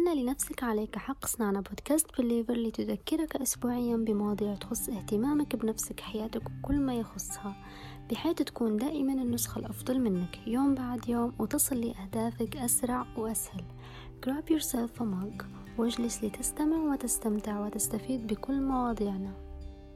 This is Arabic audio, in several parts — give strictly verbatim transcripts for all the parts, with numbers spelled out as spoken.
تأنى لنفسك عليك حق. صنعنا بودكاست بليفر لتذكرك أسبوعيا بمواضيع تخص اهتمامك بنفسك، حياتك وكل ما يخصها، بحيث تكون دائما النسخة الأفضل منك يوم بعد يوم وتصل لأهدافك أسرع وأسهل. Grab yourself a mug واجلس لتستمع وتستمتع وتستفيد بكل مواضيعنا.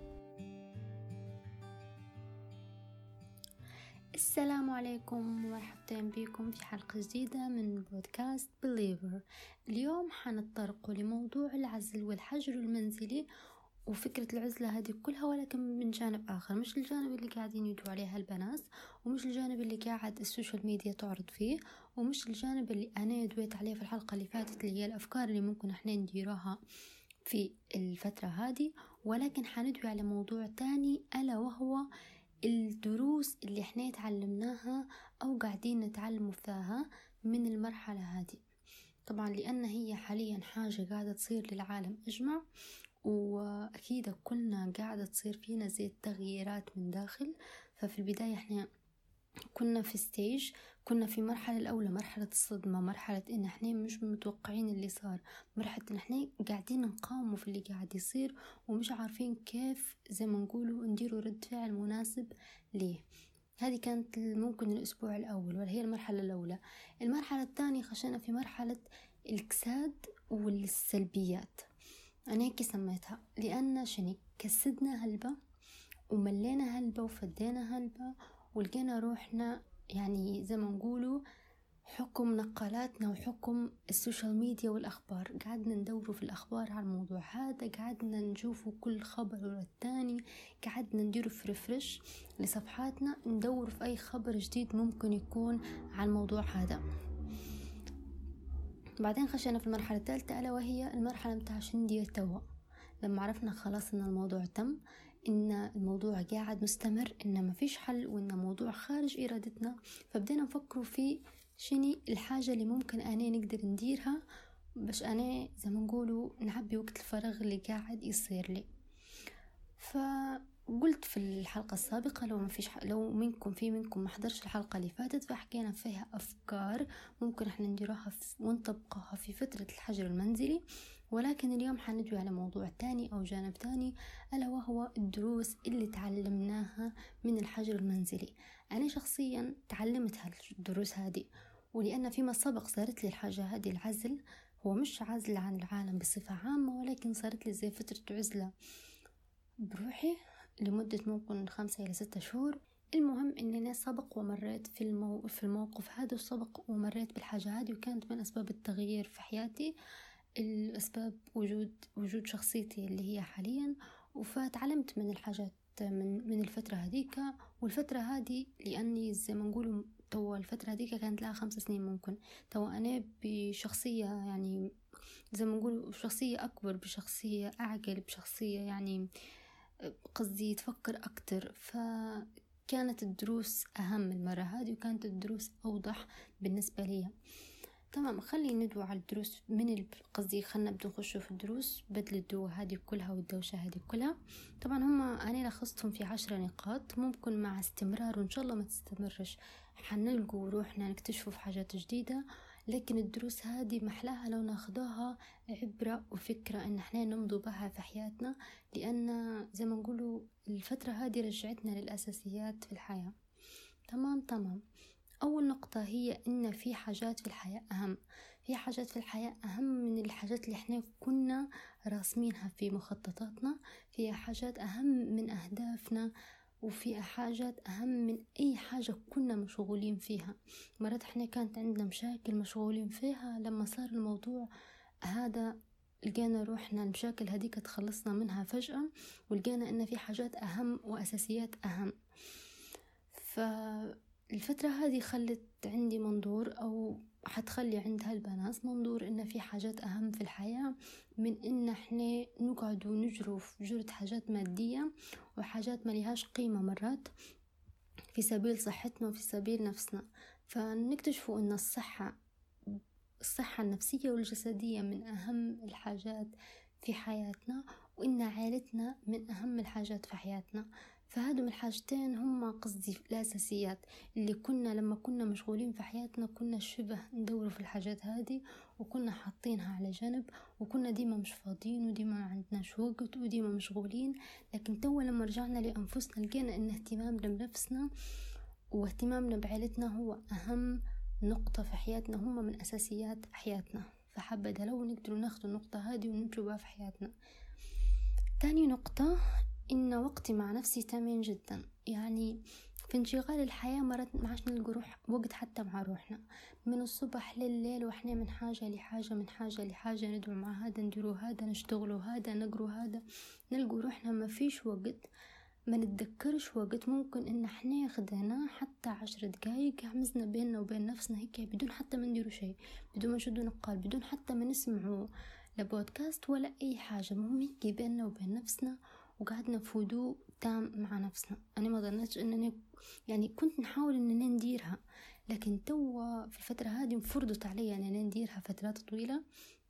السلام عليكم ومرحبتين بكم في حلقة جديدة من بودكاست بليفر. اليوم حنتطرق لموضوع العزل والحجر المنزلي وفكرة العزلة هذه كلها، ولكن من جانب آخر، مش الجانب اللي قاعدين يدعوا عليها البنات، ومش الجانب اللي قاعد السوشيال ميديا تعرض فيه، ومش الجانب اللي أنا دويت عليه في الحلقة اللي فاتت اللي هي الأفكار اللي ممكن احنا نديرها في الفترة هذه، ولكن حندوي على موضوع تاني ألا وهو الدروس اللي احنا تعلمناها أو قاعدين نتعلم فيها من المرحلة هذه. طبعا لأن هي حاليا حاجة قاعدة تصير للعالم أجمع، وأكيد كلنا قاعدة تصير فينا زي التغييرات من داخل. ففي البداية احنا كنا في ستيج، كنا في مرحلة الأولى، مرحلة الصدمة، مرحلة إن احنا مش متوقعين اللي صار، مرحلة إن احنا قاعدين نقاوم في اللي قاعد يصير ومش عارفين كيف زي ما نقولوا نديروا رد فعل مناسب ليه. هذه كانت ممكن الأسبوع الأول ولا هي المرحلة الأولى. المرحلة الثانية خشينا في مرحلة الكساد والسلبيات، أنا هيك سميتها، لأن شني كسدنا هلبة وملينا هلبة وفدينا هلبة ولقينا روحنا يعني زي ما نقولوا حكم نقالاتنا وحكم السوشيال ميديا والأخبار. قعدنا ندوروا في الأخبار على الموضوع هذا، قعدنا نشوفوا كل خبر ورا الثاني، قعدنا نديروا في ريفرش لصفحاتنا ندور في أي خبر جديد ممكن يكون على الموضوع هذا. بعدين خشينا في المرحلة الثالثة ألا وهي المرحلة متاع شندير توا، لما عرفنا خلاص إن الموضوع تم، إن الموضوع قاعد مستمر، إن ما فيش حل، وإن الموضوع خارج إرادتنا، فبدينا نفكروا في شني الحاجة اللي ممكن أنا نقدر نديرها باش أنا زي ما نقولوا نعبي وقت الفراغ اللي قاعد يصير لي. فقلت في الحلقة السابقة لو ما فيش ح... لو منكم في منكم ما حضرش الحلقة اللي فاتت، فحكينا فيها أفكار ممكن احنا نديرها في... ونطبقها في فترة الحجر المنزلي. ولكن اليوم حندوي على موضوع تاني أو جانب تاني ألا وهو الدروس اللي تعلمناها من الحجر المنزلي. أنا شخصيا تعلمت هالدروس هذه، ولأن فيما سبق صارت لي الحاجة هذه، العزل هو مش عزل عن العالم بصفة عامة، ولكن صارت لي زي فترة عزلة بروحي لمدة ممكن خمسة إلى ستة شهور. المهم إني أنا سبق ومريت في, المو... في الموقف هذا، وسبق ومريت بالحاجة هذه، وكانت من أسباب التغيير في حياتي، الأسباب وجود وجود شخصيتي اللي هي حاليا. وفتعلمت من الحاجات من من الفترة هذيك والفترة هذه، لأني زي ما نقولوا تو الفترة هذيك كانت لها خمس سنين، ممكن تو أنا بشخصية يعني زي ما نقولوا شخصية أكبر، بشخصية أعقل، بشخصية يعني قصدي تفكر أكتر. فكانت الدروس أهم المرة هذه، وكانت الدروس أوضح بالنسبة لي. تمام، خلينا ندوى على الدروس من قصدي خلنا نبدأ نخشوا في الدروس بدل الدوا هذه كلها والدوشة هذه كلها. طبعا هم أنا لخصتهم في عشرة نقاط، ممكن مع استمرار وإن شاء الله ما تستمرش حنلقوا روحنا نكتشفوا في حاجات جديدة. لكن الدروس هذه محلاها لو ناخدوها عبرة وفكرة إن احنا نمضوا بها في حياتنا، لأن زي ما نقولوا الفترة هذه رجعتنا للأساسيات في الحياة. تمام تمام أول نقطة هي إن في حاجات في الحياة أهم، في حاجات في الحياة أهم من الحاجات اللي إحنا كنا راسمينها في مخططاتنا، في حاجات أهم من أهدافنا، وفي حاجات أهم من أي حاجة كنا مشغولين فيها. مرات إحنا كانت عندنا مشاكل مشغولين فيها، لما صار الموضوع هذا لقينا روحنا المشاكل هذيك تخلصنا منها فجأة، ولقينا إن في حاجات أهم وأساسيات أهم. ف الفترة هذه خلت عندي منظور أو حتخلي عند هالبنات منظور إن في حاجات أهم في الحياة من إن إحنا نقعد ونجروا في جرد حاجات مادية وحاجات ما لهاش قيمة مرات في سبيل صحتنا وفي سبيل نفسنا. فنكتشفوا إن الصحة الصحة النفسية والجسدية من أهم الحاجات في حياتنا، وإن عائلتنا من أهم الحاجات في حياتنا. فهذو الحاجتين هما قصدي الأساسيات اللي كنا لما كنا مشغولين في حياتنا كنا شبه ندور في الحاجات هذه وكنا حاطينها على جنب، وكنا ديما مش فاضيين وديما ما عندناش وقت وديما مشغولين. لكن تو لما رجعنا لأنفسنا لقينا إن اهتمامنا بنفسنا واهتمامنا بعائلتنا هو أهم نقطة في حياتنا، هم من أساسيات حياتنا. فحبذا لو نقدروا ناخذ النقطة هذه ونمشوا بها في حياتنا. تاني نقطة، إن وقتي مع نفسي ثمين جدا. يعني في انشغال الحياة مرات ما عادش نلقى روح وقت حتى مع روحنا، من الصبح لليل وإحنا من حاجة لحاجة من حاجة لحاجة، ندعو مع هذا نديروا هذا نشتغلوا هذا نقروا هذا، نلقوا روحنا ما فيش وقت، ما نتذكرش وقت. ممكن إن إحنا خدنا حتى عشر دقايق عمزنا بيننا وبين نفسنا هيك بدون حتى ما نديروا شيء، بدون ما نشدوا نقال، بدون حتى ما نسمعوا لبودكاست ولا أي حاجة. المهم هيك بيننا وبين نفسنا وقعدنا في هدوء تام مع نفسنا. أنا ما ظنيتش إنني يعني كنت نحاول إنني نديرها، لكن توا في الفترة هذه فرضت علي إنني نديرها فترات طويلة.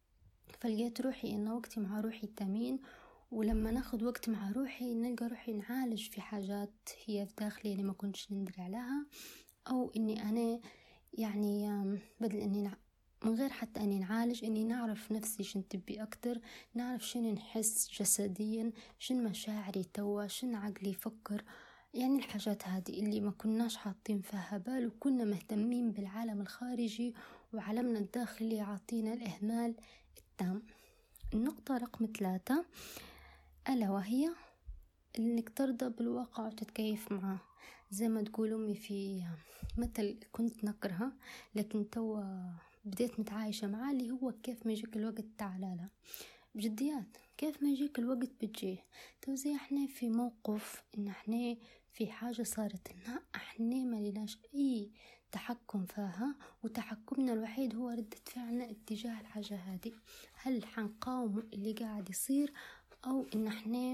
فلقيت روحي إن وقتي مع روحي ثمين، ولما ناخد وقت مع روحي نلقى روحي نعالج في حاجات هي في داخلي اللي ما كنتش ندري عليها، أو إني أنا يعني بدل إني نع... من غير حتى أني نعالج، إني نعرف نفسي شن تبي أكتر، نعرف شن نحس جسديا، شن مشاعري توا، شن عقلي يفكر. يعني الحاجات هذه اللي ما كناش حاطين فيها بال، وكنا مهتمين بالعالم الخارجي وعالمنا الداخلي عاطينا الإهمال التام. النقطة رقم ثلاثة ألا وهي إنك ترضى بالواقع وتتكيف معه. زي ما تقول أمي في مثل كنت نكرها لكن توا بديت متعايشة معاه، اللي هو كيف ما يجيك الوقت تعالى لا. بجديات كيف ما يجيك الوقت بتجيه. تو زي احنا في موقف إن احنا في حاجة صارت لنا احنا ما لناش أي تحكم فيها، وتحكمنا الوحيد هو ردة فعلنا اتجاه الحاجة هذه. هل حنقاوم اللي قاعد يصير، أو إن احنا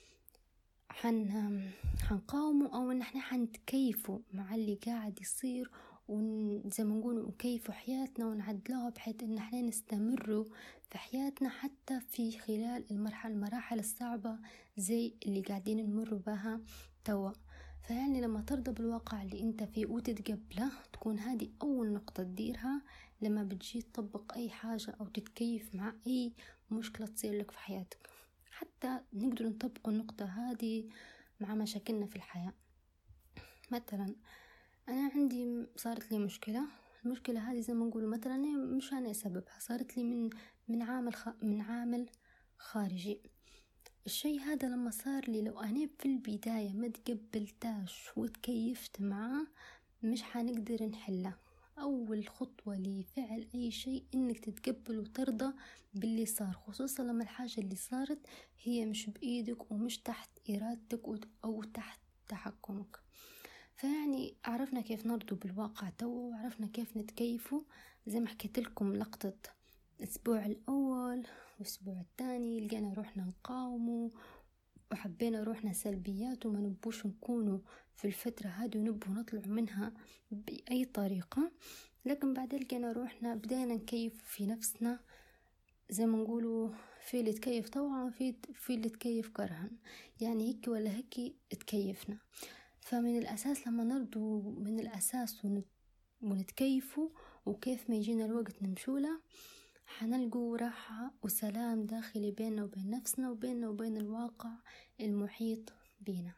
حن حنقاومه، أو إن احنا حنتكيفوا مع اللي قاعد يصير، وزي ما نقول نكيفوا حياتنا ونعدلوها بحيث إن احنا نستمروا في حياتنا حتى في خلال المرحلة المراحل الصعبة زي اللي قاعدين نمر بها توا. فيعني لما ترضى بالواقع اللي انت فيه وتتقبله، تكون هذه أول نقطة تديرها لما بتجي تطبق أي حاجة أو تتكيف مع أي مشكلة تصير لك في حياتك. حتى نقدر نطبق النقطة هذه مع مشاكلنا في الحياة. مثلا أنا عندي صارت لي مشكلة، المشكلة هذه زي ما نقول مثلا مش أنا سببها، صارت لي من من عامل خ... من عامل خارجي. الشيء هذا لما صار لي، لو أنا في البداية ما تقبلتاش وتكيفت معه مش حنقدر نحله. أول خطوة لفعل أي شيء إنك تتقبل وترضى باللي صار، خصوصا لما الحاجة اللي صارت هي مش بإيدك ومش تحت إرادتك أو تحت تحكمك. فيعني عرفنا كيف نرضوا بالواقع تو، وعرفنا كيف نتكيفوا. زي ما حكيت لكم لقطة الأسبوع الأول والأسبوع الثاني لقينا روحنا نقاوموا وحبينا روحنا سلبيات وما نبوش نكونوا في الفترة هذه ونبوا نطلع منها بأي طريقة. لكن بعدين لقينا روحنا بدينا نكيف في نفسنا، زي ما نقولوا في اللي تكيف طوعا في في اللي تكيف كرها، يعني هيك ولا هيك تكيفنا. فمن الأساس لما نرضوا من الأساس ونتكيفوا وكيف ما يجينا الوقت نمشوله، حنلقوا راحة وسلام داخلي بيننا وبين نفسنا وبيننا وبين الواقع المحيط بينا.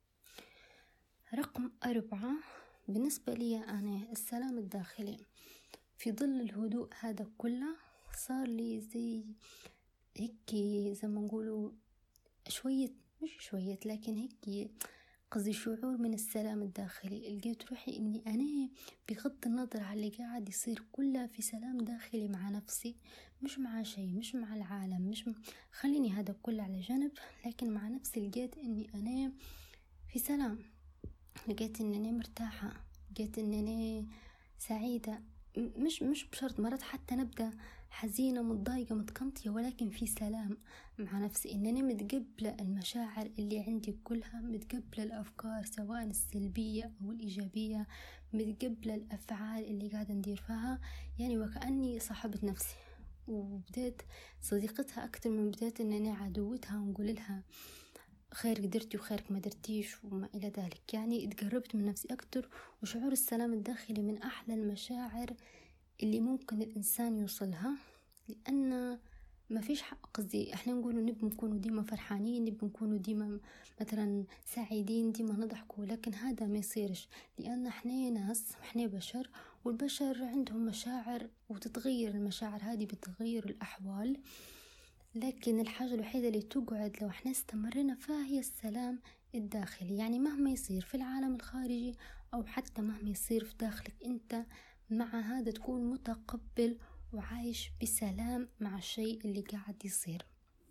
رقم أربعة بالنسبة لي أنا السلام الداخلي. في ظل الهدوء هذا كله صار لي زي هيك زي ما نقولوا شوية مش شوية لكن هيك قصدي شعور من السلام الداخلي. لقيت روحي إني أنا بغض النظر على اللي قاعد يصير كله في سلام داخلي مع نفسي، مش مع شيء، مش مع العالم، مش م... خليني هذا كله على جنب، لكن مع نفسي لقيت إني أنا في سلام، لقيت إني أنا مرتاحة، لقيت إني أنا سعيدة. مش مش بشرط مرات حتى نبدأ حزينة متضايقة متقنطية، ولكن في سلام مع نفسي، إنني متقبلة المشاعر اللي عندي كلها، متقبلة الأفكار سواء السلبية أو الإيجابية، متقبلة الأفعال اللي قاعدة ندير فيها، يعني وكأني صاحبة نفسي وبدأت صديقتها أكتر من بدأت إنني عدوتها ونقول لها خير قدرتي وخيرك ما درتيش وما إلى ذلك. يعني اتقربت من نفسي أكتر، وشعور السلام الداخلي من أحلى المشاعر اللي ممكن الإنسان يوصلها. لأن ما فيش حق، قصدي احنا نقولوا نبي نكونوا ديما فرحانين، نبي نكونوا ديما مثلا سعيدين، ديما نضحكوا، لكن هذا ما يصيرش، لأن احنا ناس، احنا بشر، والبشر عندهم مشاعر وتتغير المشاعر هذه بتغير الأحوال. لكن الحاجة الوحيدة اللي تقعد لو احنا استمرنا فيها هي السلام الداخلي. يعني مهما يصير في العالم الخارجي أو حتى مهما يصير في داخلك أنت، مع هذا تكون متقبل وعايش بسلام مع الشيء اللي قاعد يصير.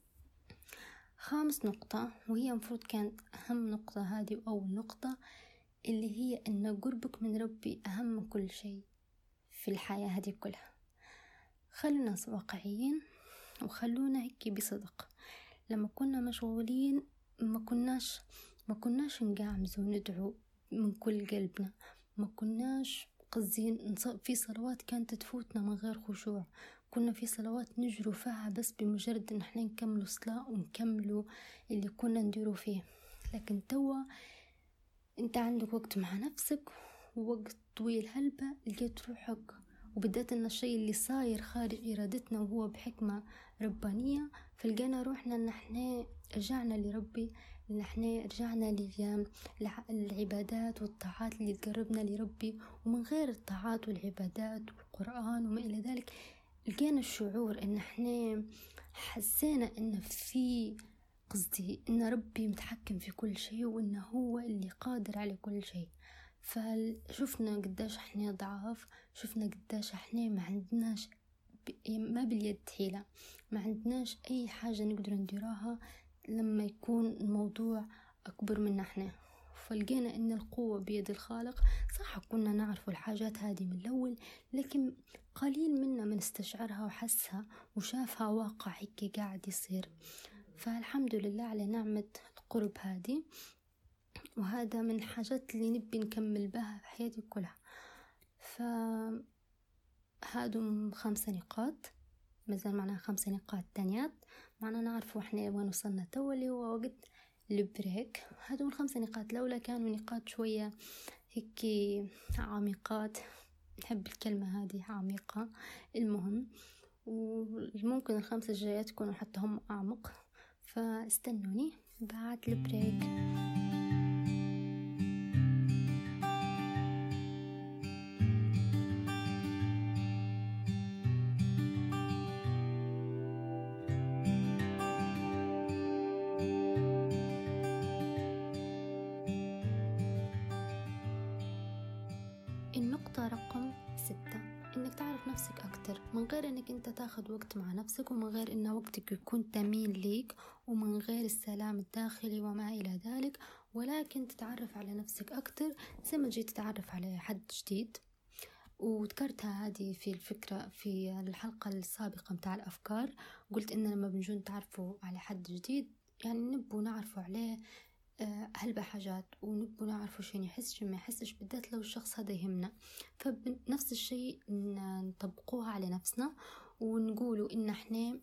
خامس نقطة، وهي مفروض كانت أهم نقطة هذه وأول نقطة، اللي هي أن قربك من ربي أهم من كل شيء في الحياة هذه كلها. خلونا واقعيين وخلونا هيك بصدق. لما كنا مشغولين ما كناش ما كناش نقامز وندعو من كل قلبنا، ما كناش قصدين في صلوات كانت تفوتنا من غير خشوع، كنا في صلوات نجروا فيها بس بمجرد ان احنا نكملوا صلاة ونكملوا اللي كنا نديروا فيه. لكن توا انت عندك وقت مع نفسك ووقت طويل هلبة لقيت روحك، وبدأت ان الشيء اللي صاير خارج ارادتنا وهو بحكمة ربانية، فلقينا روحنا ان احنا رجعنا لربي، ان احنا رجعنا للعبادات والطاعات اللي تقربنا لربي. ومن غير الطاعات والعبادات والقرآن وما الى ذلك لقينا الشعور ان احنا حسينا ان في قصدي ان ربي متحكم في كل شيء وانه هو اللي قادر على كل شيء. فشفنا قداش احنا ضعاف، شفنا قداش احنا ما عندناش ما باليد حيلة، ما عندناش اي حاجة نقدر نديرها لما يكون الموضوع اكبر من احنا. فلقينا ان القوة بيد الخالق. صح كنا نعرف الحاجات هذه من الاول، لكن قليل منا من استشعرها وحسها وشافها واقع هيك قاعد يصير. فالحمد لله على نعمة القرب هذه، وهذا من الحاجات اللي نبي نكمل بها في حياتي كلها. فهادو خمسة نقاط، مازال معنا خمسة نقاط تانيات، معنا نعرفوا احنا وين وصلنا تولي ووقت البريك. هادو من خمسة نقاط الأولى كانوا نقاط شوية هيك عميقات، نحب الكلمة هذه عميقة. المهم وممكن الخمسة الجايات تكونوا حتى هم أعمق، فاستنوني بعد البريك. النقطة رقم ستة، انك تعرف نفسك اكتر من غير انك انت تاخد وقت مع نفسك، ومن غير ان وقتك يكون تميل ليك، ومن غير السلام الداخلي وما الى ذلك، ولكن تتعرف على نفسك اكتر زي ما جيت تتعرف على حد جديد. وذكرتها هذه في الفكرة في الحلقة السابقة متاع الافكار، قلت ان لما بنجون نتعرفوا على حد جديد يعني نبوا نعرفوا عليه هلبة حاجات، ونبوا نعرفوا شين يحس شين ما يحسش، بالذات لو الشخص هذا يهمنا. فنفس الشيء نطبقوها على نفسنا، ونقولوا إن إحنا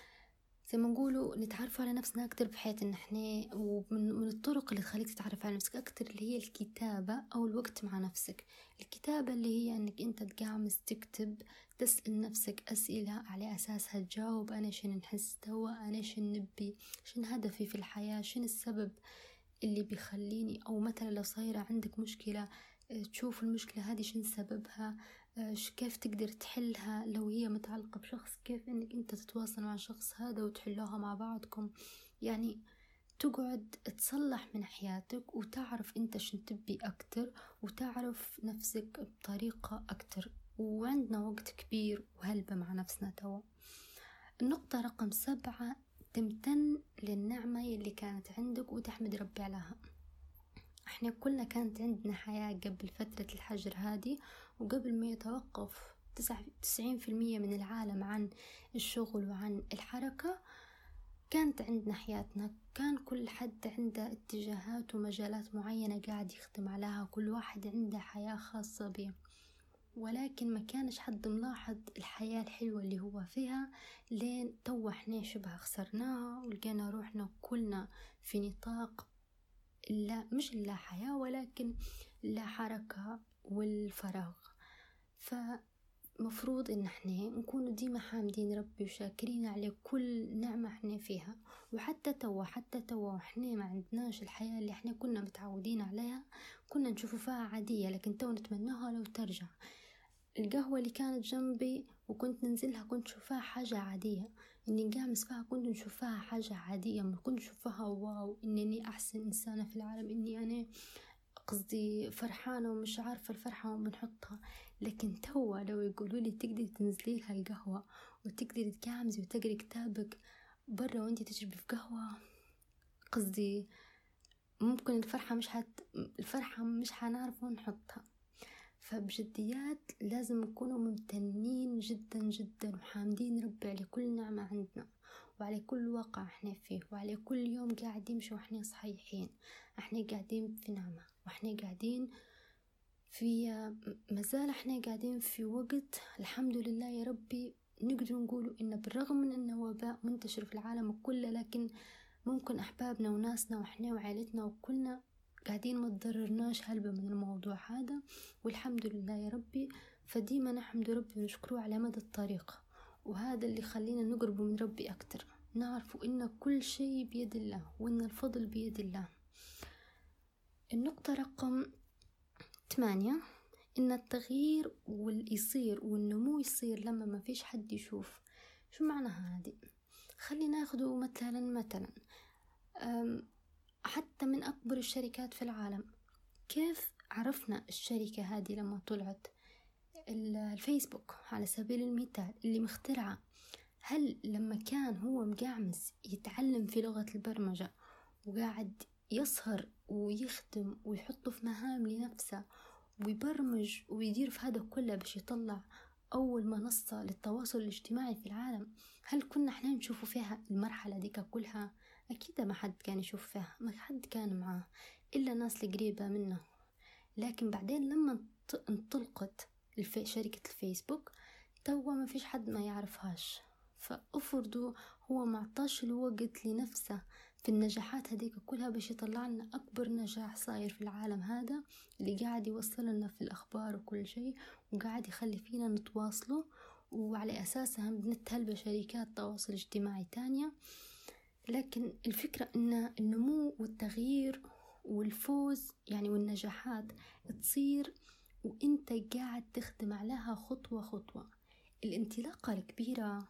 زي ما نقولوا نتعرفوا على نفسنا أكتر، بحيث إن إحنا ومن الطرق اللي تخليك تتعرف على نفسك أكتر اللي هي الكتابة أو الوقت مع نفسك. الكتابة اللي هي إنك أنت تقامس تكتب، تسأل نفسك أسئلة على أساسها تجاوب أنا شين نحس توا، أنا شين نبي، شين هدفي في الحياة، شين السبب اللي بيخليني، أو مثلا لو صايرة عندك مشكلة تشوف المشكلة هذه شن سببها، كيف تقدر تحلها، لو هي متعلقة بشخص كيف إنك أنت تتواصل مع الشخص هذا وتحلوها مع بعضكم. يعني تقعد تصلح من حياتك وتعرف أنت شن تبي أكتر، وتعرف نفسك بطريقة أكتر. وعندنا وقت كبير وهلبة مع نفسنا توا. النقطة رقم سبعة، تمتن للنعمة اللي كانت عندك وتحمد ربي عليها. احنا كلنا كانت عندنا حياة قبل فترة الحجر هذه، وقبل ما يتوقف تسعين في المية من العالم عن الشغل وعن الحركة، كانت عندنا حياتنا، كان كل حد عنده اتجاهات ومجالات معينة قاعد يخدم عليها، كل واحد عنده حياة خاصة به، ولكن ما كانش حد ملاحظ الحياة الحلوة اللي هو فيها، لين تو احنا شبه خسرناها ولقينا روحنا كلنا في نطاق لا مش لا حياة ولكن لا حركة والفراغ. فما مفروض إن احنا نكون ديما حامدين ربي وشاكرين على كل نعمة احنا فيها. وحتى توا حتى توا احنا ما عندناش الحياة اللي احنا كنا متعودين عليها، كنا نشوفوا فيها عادية، لكن توا نتمناها لو ترجع. القهوة اللي كانت جنبي وكنت ننزلها كنت نشوفها حاجة عادية، إني نقامس فيها كنت نشوفها حاجة عادية، ما كنت نشوفها واو إنني أحسن إنسانة في العالم، إني أنا قصدي فرحانة ومش عارفة الفرحة وين بنحطها. لكن توا لو يقولوا لي تقدري تنزلي لها القهوة وتقدري تقامزي وتقري كتابك برا وانتي تشربي في قهوة، قصدي ممكن الفرحة مش هت... الفرحة مش حنعرف وين نحطها. فبجديات لازم نكونوا ممتنين جدا جدا وحامدين ربي على كل نعمة عندنا، وعلى كل واقع احنا فيه، وعلى كل يوم قاعد يمشي واحنا صحيحين. احنا قاعدين في نعمة، واحنا قاعدين في مازال احنا قاعدين في وقت الحمد لله يا ربي نقدر نقولوا إن بالرغم من إنه وباء منتشر في العالم كله، لكن ممكن أحبابنا وناسنا وإحنا وعائلتنا وكلنا قاعدين ما تضررناش هلبة من الموضوع هذا، والحمد لله يا ربي. فديما نحمد ربي ونشكره على مدى الطريق، وهذا اللي خلينا نقرب من ربي أكتر، نعرفوا إن كل شيء بيد الله وإن الفضل بيد الله. النقطة رقم ثمانية، إن التغيير واليصير والنمو يصير لما ما فيش حد يشوف. شو معنى هذه؟ خلينا ناخده مثلا مثلا حتى من أكبر الشركات في العالم. كيف عرفنا الشركة هذه لما طلعت؟ الفيسبوك على سبيل المثال اللي مخترعة، هل لما كان هو مقامس يتعلم في لغة البرمجة وقاعد يسهر ويخدم ويحطه في مهام لنفسه ويبرمج ويدير في هذا كله باش يطلع أول منصة للتواصل الاجتماعي في العالم، هل كنا احنا نشوفوا فيها المرحلة ديك كلها؟ أكيد ما حد كان يشوف فيها، ما حد كان معاه إلا الناس القريبة منه. لكن بعدين لما انطلقت الفي شركة الفيسبوك توا ما فيش حد ما يعرفهاش. فأفرضوا هو معطاش الوقت لنفسه في النجاحات هذيك كلها باش يطلع لنا أكبر نجاح صاير في العالم هذا اللي قاعد يوصل لنا في الأخبار وكل شيء، وقاعد يخلي فينا نتواصله، وعلى أساسها بنتهلب شركات تواصل اجتماعي تانية. لكن الفكرة إن النمو والتغيير والفوز يعني والنجاحات تصير وإنت قاعد تخدم عليها خطوة خطوة. الانطلاقة الكبيرة،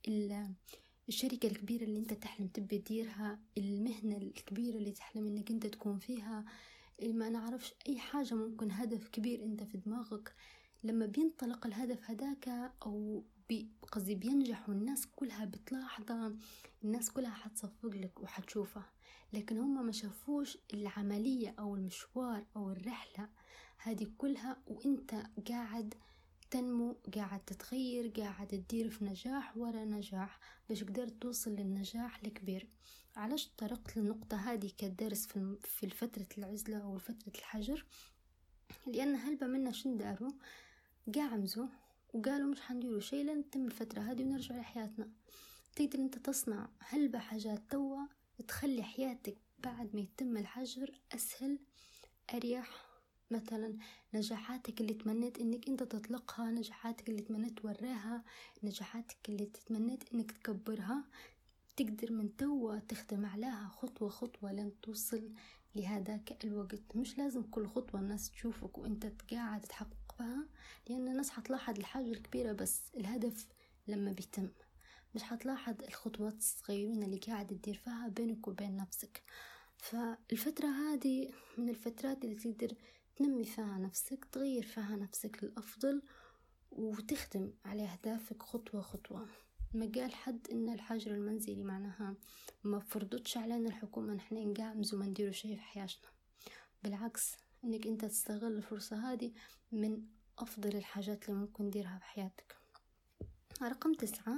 الشركة الكبيرة اللي انت تحلم تبي تديرها، المهنة الكبيرة اللي تحلم انك انت تكون فيها، ما نعرفش اي حاجة، ممكن هدف كبير انت في دماغك، لما بينطلق الهدف هداك او قصدي بينجح والناس كلها بتلاحظه، الناس كلها حتصفق لك وحتشوفه. لكن هم ما شافوش العملية او المشوار او الرحلة هذه كلها، وانت قاعد تنمو، قاعد تتغير، قاعد تدير في نجاح ورا نجاح باش قدرت توصل للنجاح الكبير. علاش طرقت للنقطة هذه كدرس في فترة العزلة أو فترة الحجر؟ لأن هلبا منا شنداروا قاعمزوا وقالوا مش حنديروا شيء لين تتم الفترة هذه ونرجع لحياتنا. تقدر انت تصنع هلبا حاجات توا تخلي حياتك بعد ما يتم الحجر أسهل أريح. مثلا نجاحاتك اللي تمنيت انك انت تطلقها، نجاحاتك اللي تمنيت توراها، نجاحاتك اللي تتمنيت انك تكبرها، تقدر من توا تخدم عليها خطوة خطوة لين توصل لهذاك الوقت. مش لازم كل خطوة الناس تشوفك وانت قاعد تحقق بها، لان الناس حتلاحظ الحاجة الكبيرة بس الهدف لما بيتم، مش حتلاحظ الخطوات الصغيرين اللي قاعد تدير فيها بينك وبين نفسك. فالفترة هذه من الفترات اللي تقدر تنمي فيها نفسك، تغير فيها نفسك للأفضل، وتخدم على أهدافك خطوة خطوة. ما قال حد إن الحجر المنزلي معناها ما فرضتش علينا الحكومة نحن نقامز وما نديروا شيء في حياتنا، بالعكس إنك أنت تستغل الفرصة هذه من أفضل الحاجات اللي ممكن نديرها في حياتك. رقم تسعة،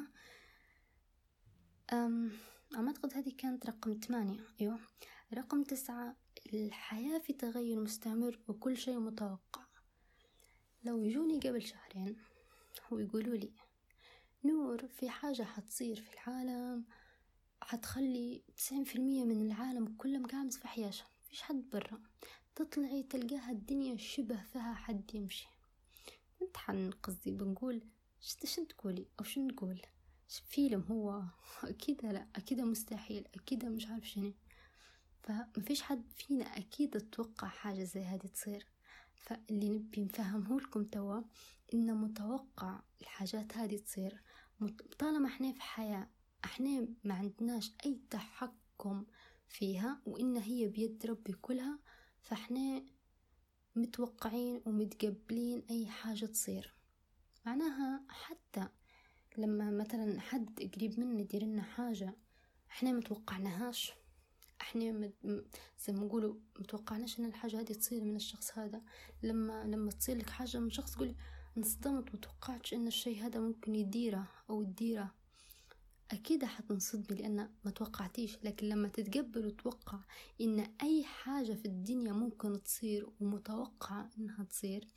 أم أعتقد هذه كانت رقم ثمانية. أيوة، رقم تسعة، الحياة في تغير مستمر وكل شيء متوقع. لو يجوني قبل شهرين ويقولوا لي نور في حاجة حتصير في العالم حتخلي تسعين في المية من العالم كله مقامس في حياته، فيش حد برا، تطلعي تلقاها الدنيا شبه فيها حد يمشي، كنت حن قصدي بنقول شو تقولي أو شو نقول؟ فيلم هو أكيد لا، أكيد مستحيل، أكيد مش عارف شنو. فمفيش حد فينا أكيد اتوقع حاجة زي هذه تصير. فاللي نبي نفهمه لكم توا إنه متوقع الحاجات هذه تصير. طالما احنا في حياة احنا ما عندناش أي تحكم فيها وإن هي بيد ربي كلها، فاحنا متوقعين ومتقبلين أي حاجة تصير. معناها حتى لما مثلا حد قريب منا يدير لنا حاجة احنا متوقعناهاش، احنا مد... زي ما نقولوا متوقعناش ان الحاجة هذه تصير من الشخص هذا. لما لما تصير لك حاجة من شخص تقولي انصدمت، متوقعتش ان الشيء هذا ممكن يديره او تديره، اكيد حتنصدمي لان ما توقعتيش. لكن لما تتقبل وتوقع ان اي حاجة في الدنيا ممكن تصير ومتوقعة انها تصير،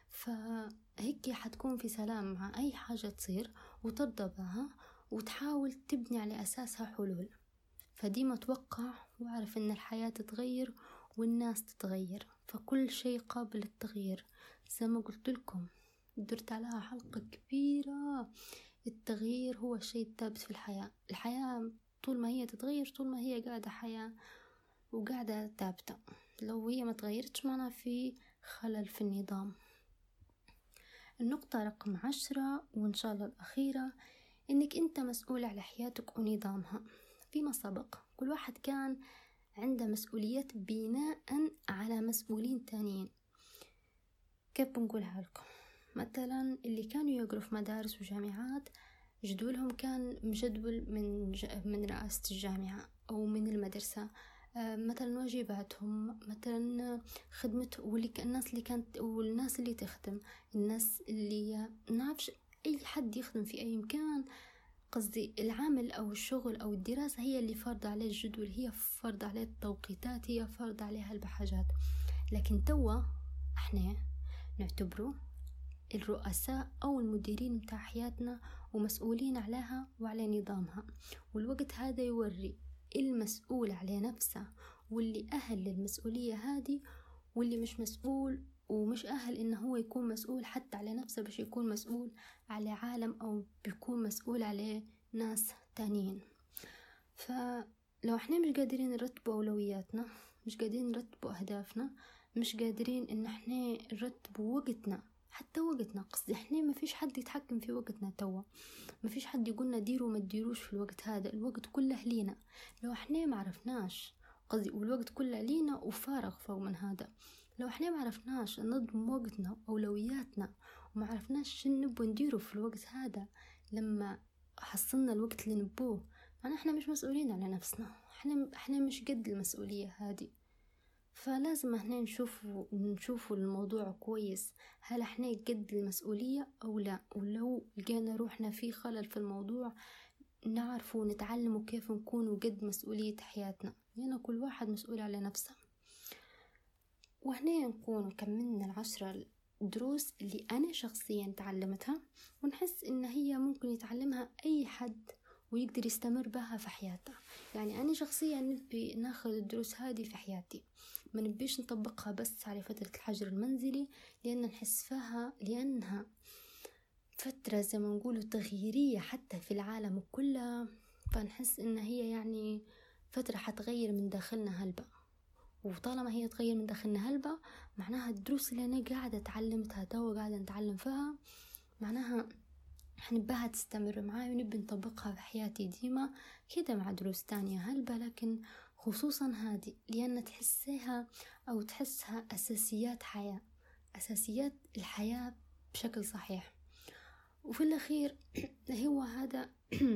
فهيك حتكون في سلام مع اي حاجة تصير وترضى بها وتحاول تبني على اساسها حلول. فديما توقع واعرف ان الحياة تتغير والناس تتغير، فكل شيء قابل للتغيير. زي ما قلت لكم درت عليها حلقة كبيرة، التغيير هو الشيء الثابت في الحياة. الحياة طول ما هي تتغير، طول ما هي قاعدة حياة وقاعدة ثابتة. لو هي ما تغيرتش معناها في خلل في النظام. النقطة رقم عشرة وإن شاء الله الأخيرة، إنك أنت مسؤول على حياتك ونظامها. فيما سبق كل واحد كان عنده مسؤوليات بناء على مسؤولين تانيين. كيف بنقولها لكم؟ مثلا اللي كانوا يقروا في مدارس وجامعات جدولهم كان مجدول من ج... من رئاسة الجامعة أو من المدرسة. مثلا واجباتهم، مثلا خدمته، واللي الناس اللي كانت والناس اللي تخدم، الناس اللي نعرفش أي حد يخدم في أي مكان. قصدي العمل أو الشغل أو الدراسة هي اللي فرض عليه الجدول، هي فرض عليه التوقيتات، هي فرض عليها البحاجات. لكن توا احنا نعتبره الرؤساء أو المديرين متاع حياتنا ومسؤولين عليها وعلى نظامها. والوقت هذا يوري المسؤول على نفسه واللي أهل للمسؤولية هذه، واللي مش مسؤول ومش أهل إنه هو يكون مسؤول حتى على نفسه، باش يكون مسؤول على عالم أو بيكون مسؤول على ناس تانيين. فلو احنا مش قادرين نرتب أولوياتنا، مش قادرين نرتب أهدافنا، مش قادرين إن احنا نرتب وقتنا، حتى وقتنا قصدي احنا ما فيش حد يتحكم في وقتنا توا، ما فيش حد يقولنا ديروا ما تديروش في الوقت هذا، الوقت كله لينا. لو احنا ما عرفناش قصدي والوقت كله لينا وفارغ فوق من هذا، لو احنا ما عرفناش ننظم وقتنا وأولوياتنا وما عرفناش شنو نبغى نديره في الوقت هذا، لما حصلنا الوقت اللي نبوه، معناه احنا مش مسؤولين على نفسنا، احنا احنا مش قد المسؤولية هذه. فلازم احنا نشوفوا نشوفوا الموضوع كويس، هل احنا قد المسؤولية او لا. ولو لقينا روحنا في خلل في الموضوع نعرفوا ونتعلموا كيف نكونوا قد مسؤولية حياتنا، لأن يعني كل واحد مسؤول على نفسه. وهنا نكون كملنا العشرة دروس اللي أنا شخصيا تعلمتها، ونحس إن هي ممكن يتعلمها أي حد ويقدر يستمر بها في حياته. يعني أنا شخصيا نبي ناخذ الدروس هذه في حياتي، ما نبيش نطبقها بس على فترة الحجر المنزلي، لأن نحس فيها لأنها فترة زي ما نقولوا تغييرية حتى في العالم كله، فنحس إن هي يعني فترة حتغير من داخلنا هلبة. وطالما هي تغير من داخلنا هلبة، معناها الدروس اللي أنا قاعدة تعلمتها توا قاعدة نتعلم فيها، معناها حنبها تستمر معاي ونبي نطبقها في حياتي ديما كده مع دروس تانية هلبة، لكن خصوصا هذه لأن تحسيها أو تحسها أساسيات حياة، أساسيات الحياة بشكل صحيح. وفي الأخير هو هذا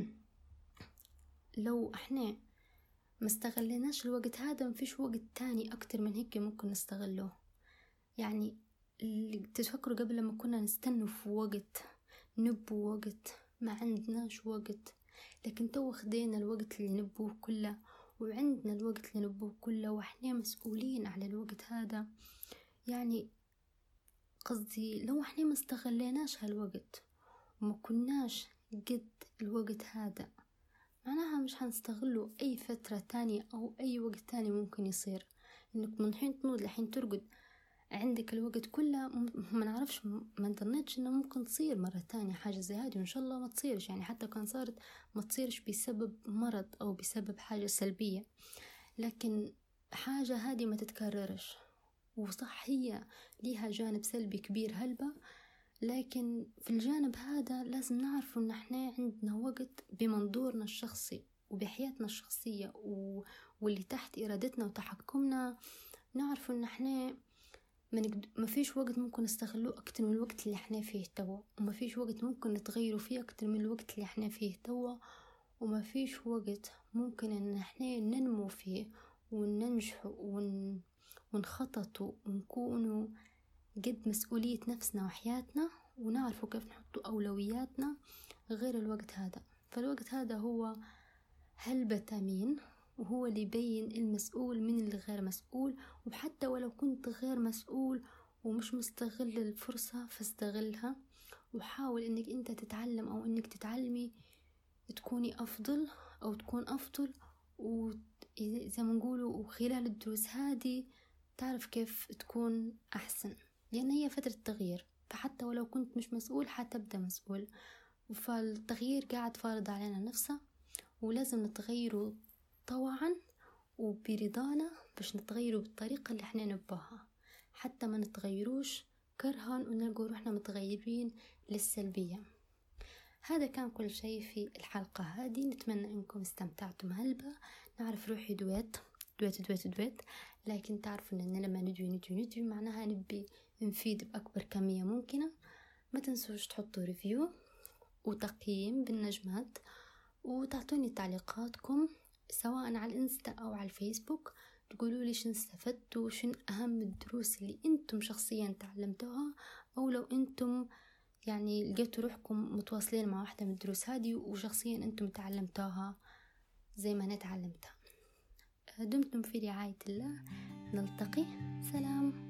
لو احنا ما استغلناش الوقت هذا مفيش وقت تاني أكتر من هيك ممكن نستغله. يعني تتفكروا قبل لما كنا نستنوا في وقت نبو وقت ما عندناش وقت، لكن تو خدينا الوقت اللي نبوه كله وعندنا الوقت اللي نبوه كله وإحنا مسؤولين على الوقت هذا. يعني قصدي لو إحنا ما استغليناش هالوقت وما كناش قد الوقت هذا، معناها مش هنستغله أي فترة تانية أو أي وقت تاني ممكن يصير. إنك من حين تنوض لحين ترقد عندك الوقت كله، ما نعرفش، ما نظنيتش انه ممكن تصير مرة تانية حاجة زي هذه، وان شاء الله ما تصيرش. يعني حتى كان صارت ما تصيرش بسبب مرض او بسبب حاجة سلبية، لكن حاجة هذه ما تتكررش. وصح هي ليها جانب سلبي كبير هلبة، لكن في الجانب هذا لازم نعرف ان احنا عندنا وقت بمنظورنا الشخصي وبحياتنا الشخصية و... واللي تحت ارادتنا وتحكمنا. نعرف ان احنا ما نقد... ما فيش وقت ممكن نستغله اكتر من الوقت اللي احنا فيه توا، وما فيش وقت ممكن نتغيروا فيه اكتر من الوقت اللي احنا فيه توا، وما فيش وقت ممكن ان احنا ننمو فيه وننجحوا ون... ونخططوا ونكونوا قد مسؤولية نفسنا وحياتنا، ونعرفوا كيف نحطوا أولوياتنا غير الوقت هذا. فالوقت هذا هو هلبة ثمين، وهو اللي يبين المسؤول من اللي غير مسؤول. وحتى ولو كنت غير مسؤول ومش مستغل الفرصة فاستغلها، وحاول انك انت تتعلم او انك تتعلمي تكوني افضل او تكون افضل، وزي ما نقولوا وخلال الدروس هذه تعرف كيف تكون احسن، لان هي فترة تغيير. فحتى ولو كنت مش مسؤول حتبدأ مسؤول، فالتغيير قاعد فارض علينا نفسه، ولازم نتغيره طوعا وبرضانا باش نتغيروا بالطريقة اللي احنا نبغاها، حتى ما نتغيروش كرها ونلقوا روحنا متغيرين للسلبية. هذا كان كل شيء في الحلقة هذه. نتمنى انكم استمتعتوا مهلبة. نعرف روحي دويت دويت دويت دويت، لكن تعرفوا ان لما ندوي ندوي ندوي معناها نبي نفيد بأكبر كمية ممكنة. ما تنسوش تحطوا ريفيو وتقييم بالنجمات، وتعطوني تعليقاتكم سواء على الانستا او على الفيسبوك، تقولوا لي شن استفدتوا وشن اهم الدروس اللي انتم شخصيا تعلمتوها، او لو انتم يعني لقيتوا روحكم متواصلين مع واحدة من الدروس هذه وشخصيا انتم تعلمتوها زي ما انا تعلمتها. دمتم في رعاية الله، نلتقي، سلام.